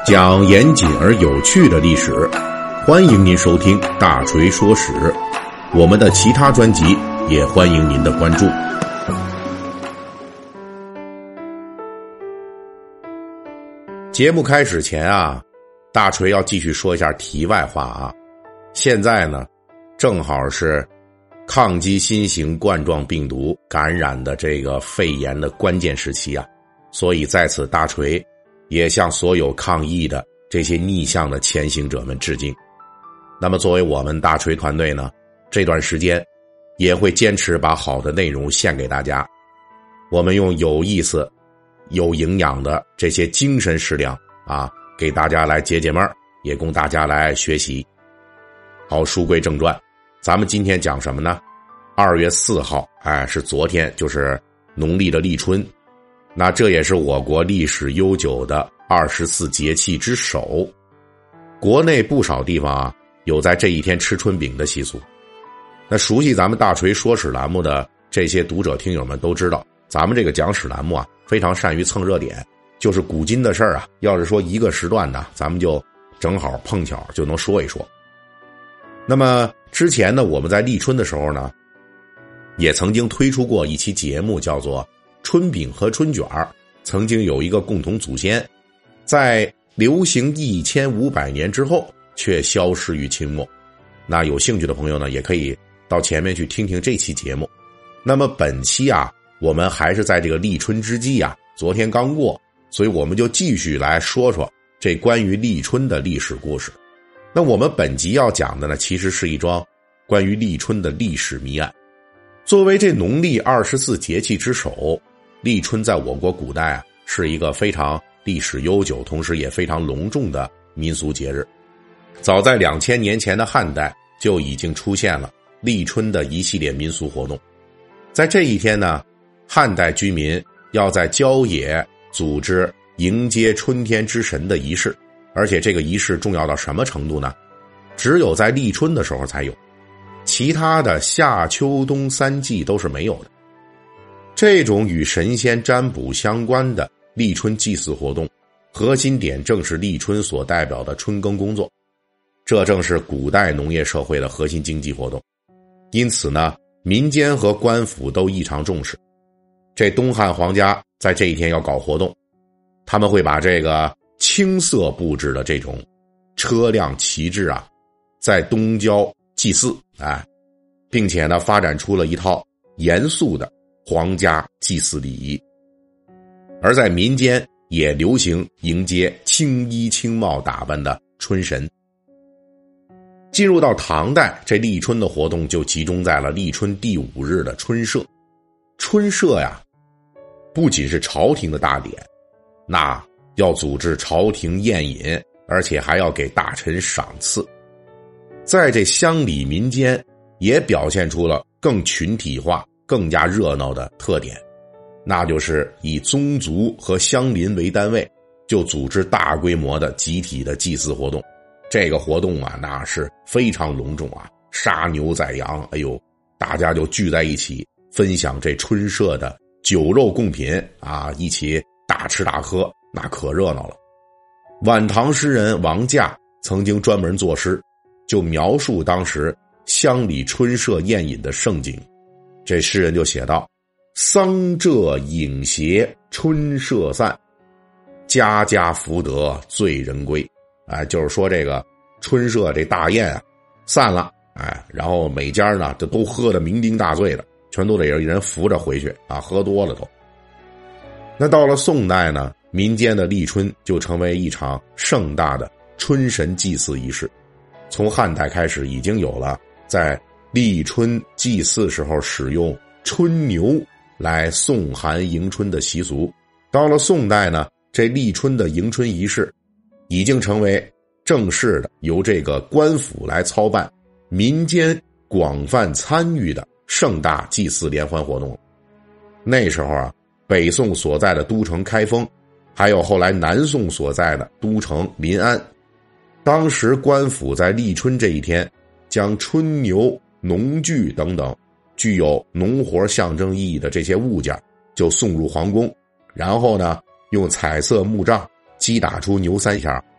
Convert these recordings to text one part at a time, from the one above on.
讲严谨而有趣的历史，欢迎您收听大锤说史。我们的其他专辑也欢迎您的关注。节目开始前大锤要继续说一下题外话现在呢，正好是抗击新型冠状病毒感染的这个肺炎的关键时期所以在此大锤也向所有抗疫的这些逆向的前行者们致敬。那么作为我们大锤团队呢，这段时间也会坚持把好的内容献给大家。我们用有意思、有营养的这些精神食粮给大家来解解闷，也供大家来学习。好，书归正传，咱们今天讲什么呢？2月4号，是昨天，就是农历的立春。那这也是我国历史悠久的24节气之首。国内不少地方有在这一天吃春饼的习俗。那熟悉咱们大锤说史栏目的这些读者听友们都知道，咱们这个讲史栏目非常善于蹭热点，就是古今的事儿要是说一个时段呢，咱们就正好碰巧就能说一说。那么之前呢，我们在立春的时候呢，也曾经推出过一期节目，叫做春饼和春卷曾经有一个共同祖先，在流行1500年之后却消失于清末。那有兴趣的朋友呢，也可以到前面去听听这期节目。那么本期我们还是在这个立春之际昨天刚过，所以我们就继续来说说这关于立春的历史故事。那我们本集要讲的呢，其实是一桩关于立春的历史谜案。作为这农历24节气之首，立春在我国古代是一个非常历史悠久，同时也非常隆重的民俗节日。早在2000年前的汉代就已经出现了立春的一系列民俗活动。在这一天呢，汉代居民要在郊野组织迎接春天之神的仪式，而且这个仪式重要到什么程度呢？只有在立春的时候才有，其他的夏秋冬3季都是没有的。这种与神仙占卜相关的立春祭祀活动，核心点正是立春所代表的春耕工作，这正是古代农业社会的核心经济活动。因此呢，民间和官府都异常重视。这东汉皇家在这一天要搞活动，他们会把这个青色布置的这种车辆旗帜在东郊祭祀并且呢，发展出了一套严肃的皇家祭祀礼仪。而在民间也流行迎接青衣青帽打扮的春神。进入到唐代，这立春的活动就集中在了立春第5日的春社。春社不仅是朝廷的大典，那要组织朝廷宴饮，而且还要给大臣赏赐。在这乡里民间也表现出了更群体化、更加热闹的特点，那就是以宗族和乡邻为单位，就组织大规模的集体的祭祀活动。这个活动那是非常隆重杀牛宰羊，大家就聚在一起分享这春社的酒肉贡品一起大吃大喝，那可热闹了。晚唐诗人王驾曾经专门作诗，就描述当时乡里春社宴饮的盛景。这诗人就写道：桑柘饮邪春社散，家家福得醉人归。就是说这个春社这大宴散了，然后每家呢就都喝得酩酊大醉的，全都得有人扶着回去喝多了都。那到了宋代呢，民间的立春就成为一场盛大的春神祭祀仪式。从汉代开始已经有了在立春祭祀时候使用春牛来送寒迎春的习俗。到了宋代呢，这立春的迎春仪式已经成为正式的由这个官府来操办，民间广泛参与的盛大祭祀联欢活动了。那时候北宋所在的都城开封，还有后来南宋所在的都城临安，当时官府在立春这一天，将春牛、农具等等具有农活象征意义的这些物件就送入皇宫，然后呢用彩色木杖击打出牛三下，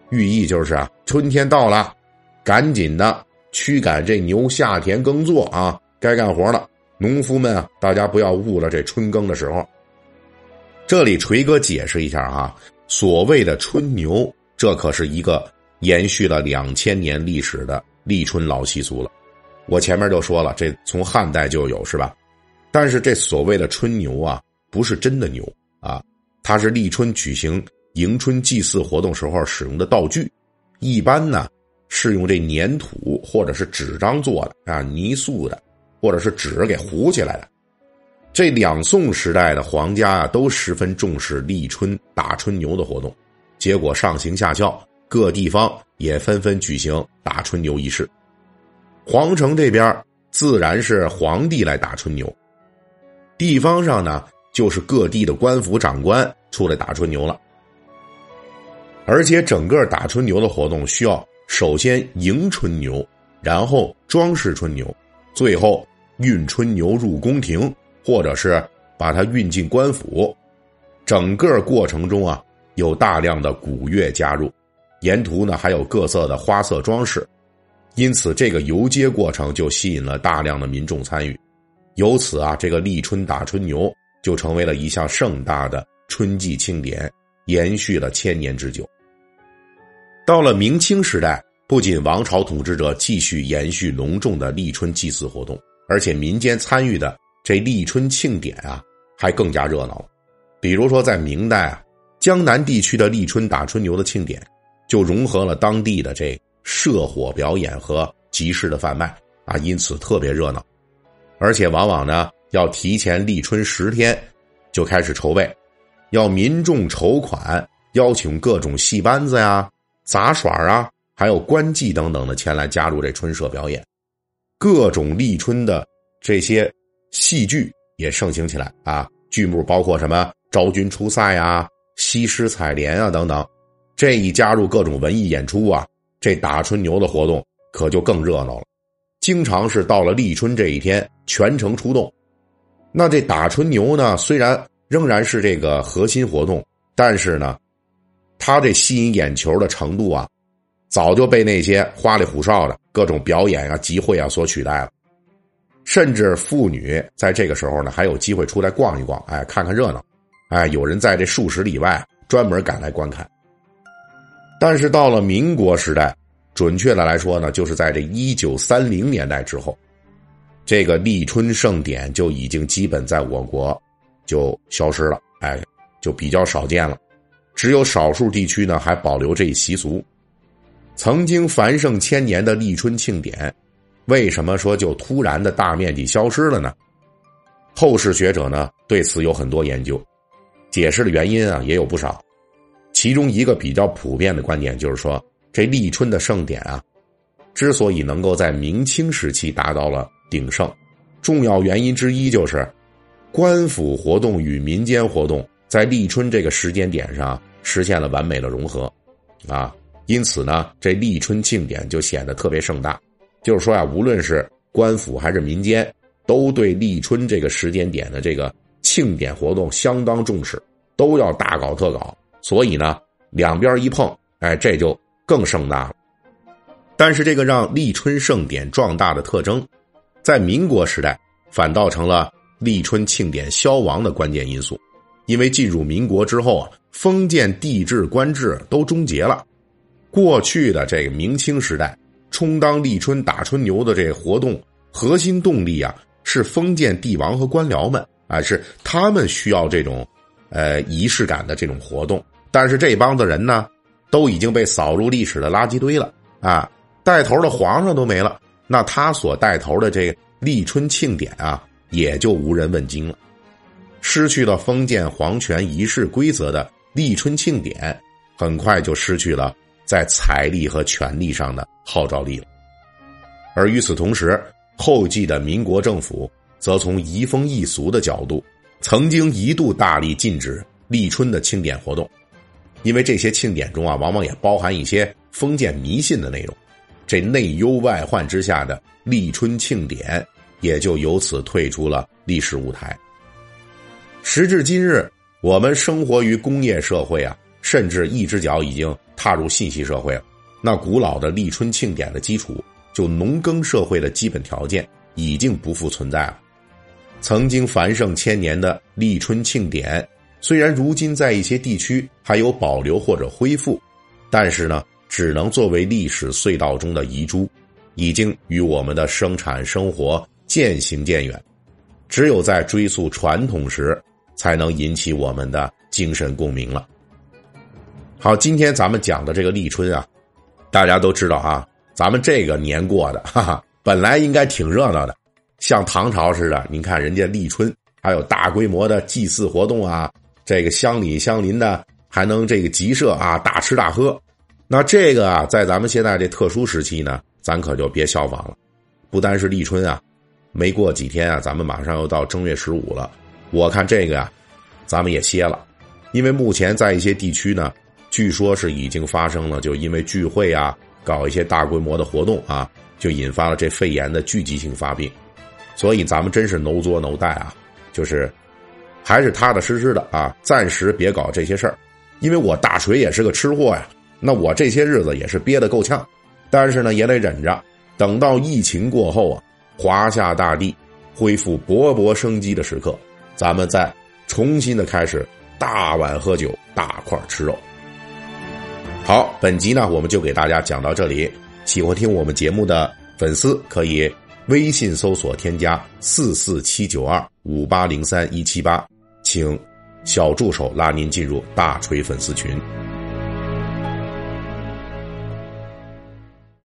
寓意就是啊，春天到了，赶紧的驱赶这牛下田耕作啊，该干活了。农夫们啊，大家不要误了这春耕的时候。这里锤哥解释一下啊，所谓的春牛，这可是一个延续了2000年历史的立春老习俗了。我前面就说了，这从汉代就有是吧？但是这所谓的春牛啊，不是真的牛啊，它是立春举行迎春祭祀活动时候使用的道具，一般呢是用这粘土或者是纸张做的啊，泥塑的，或者是纸给糊起来的。这两宋时代的皇家啊，都十分重视立春打春牛的活动，结果上行下效，各地方也纷纷举行打春牛仪式。皇城这边自然是皇帝来打春牛，地方上呢就是各地的官府长官出来打春牛了。而且整个打春牛的活动需要首先迎春牛，然后装饰春牛，最后运春牛入宫廷，或者是把它运进官府。整个过程中啊，有大量的鼓乐加入，沿途呢还有各色的花色装饰，因此这个游街过程就吸引了大量的民众参与。由此啊，这个立春打春牛就成为了一项盛大的春季庆典，延续了1000年之久。到了明清时代，不仅王朝统治者继续延续隆重的立春祭祀活动，而且民间参与的这立春庆典啊，还更加热闹了。比如说在明代啊，江南地区的立春打春牛的庆典，就融合了当地的这社火表演和集市的贩卖啊，因此特别热闹。而且往往呢，要提前立春10天就开始筹备，要民众筹款，邀请各种戏班子呀、杂耍啊，还有官妓等等的前来加入这春社表演。各种立春的这些戏剧也盛行起来啊，剧目包括什么昭君出塞啊、西施采莲啊等等。这一加入各种文艺演出啊，这打春牛的活动可就更热闹了。经常是到了立春这一天全城出动。那这打春牛呢，虽然仍然是这个核心活动，但是呢，它这吸引眼球的程度啊，早就被那些花里胡哨的各种表演啊、集会啊所取代了。甚至妇女在这个时候呢，还有机会出来逛一逛，哎，看看热闹，哎，有人在这数十里外专门赶来观看。但是到了民国时代，准确的来说呢，就是在这1930年代之后，这个立春盛典就已经基本在我国就消失了，哎，就比较少见了。只有少数地区呢还保留这一习俗。曾经繁盛1000年的立春庆典，为什么说就突然的大面积消失了呢？后世学者呢对此有很多研究，解释的原因啊也有不少。其中一个比较普遍的观点就是说，这立春的盛典啊，之所以能够在明清时期达到了鼎盛，重要原因之一就是官府活动与民间活动在立春这个时间点上实现了完美的融合啊，因此呢，这立春庆典就显得特别盛大。就是说啊，无论是官府还是民间，都对立春这个时间点的这个庆典活动相当重视，都要大搞特搞。所以呢，两边一碰，哎，这就更盛大了。但是这个让立春盛典壮大的特征，在民国时代反倒成了立春庆典消亡的关键因素。因为进入民国之后啊，封建帝制官制都终结了。过去的这个明清时代，充当立春打春牛的这个活动核心动力啊，是封建帝王和官僚们啊，是他们需要这种仪式感的这种活动。但是这帮子人呢，都已经被扫入历史的垃圾堆了啊！带头的皇上都没了，那他所带头的这个立春庆典啊，也就无人问津了。失去了封建皇权仪式规则的立春庆典，很快就失去了在财力和权力上的号召力了。而与此同时，后继的民国政府则从移风易俗的角度，曾经一度大力禁止立春的庆典活动。因为这些庆典中啊，往往也包含一些封建迷信的内容，这内忧外患之下的立春庆典也就由此退出了历史舞台。时至今日，我们生活于工业社会啊， 甚至一只脚已经踏入信息社会了。那古老的立春庆典的基础，就农耕社会的基本条件已经不复存在了。曾经繁盛千年的立春庆典，虽然如今在一些地区还有保留或者恢复，但是呢，只能作为历史隧道中的遗珠，已经与我们的生产生活渐行渐远。只有在追溯传统时，才能引起我们的精神共鸣了。好，今天咱们讲的这个立春啊，大家都知道啊，咱们这个年过的本来应该挺热闹的，像唐朝似的，您看人家立春还有大规模的祭祀活动啊，这个乡里乡邻的还能这个集社啊，大吃大喝。那这个啊，在咱们现在这特殊时期呢，咱可就别效仿了。不单是立春啊，没过几天啊，咱们马上又到正月15了。我看这个啊，咱们也歇了，因为目前在一些地区呢，据说是已经发生了，就因为聚会啊，搞一些大规模的活动啊，就引发了这肺炎的聚集性发病。所以咱们真是no作no带啊，就是还是踏踏实实的啊，暂时别搞这些事儿。因为我大锤也是个吃货呀，那我这些日子也是憋得够呛，但是呢也得忍着，等到疫情过后啊，华夏大地恢复勃勃生机的时刻，咱们再重新的开始大碗喝酒，大块吃肉。好，本集呢我们就给大家讲到这里。喜欢听我们节目的粉丝可以微信搜索添加447925803-178，请小助手拉您进入大锤粉丝群。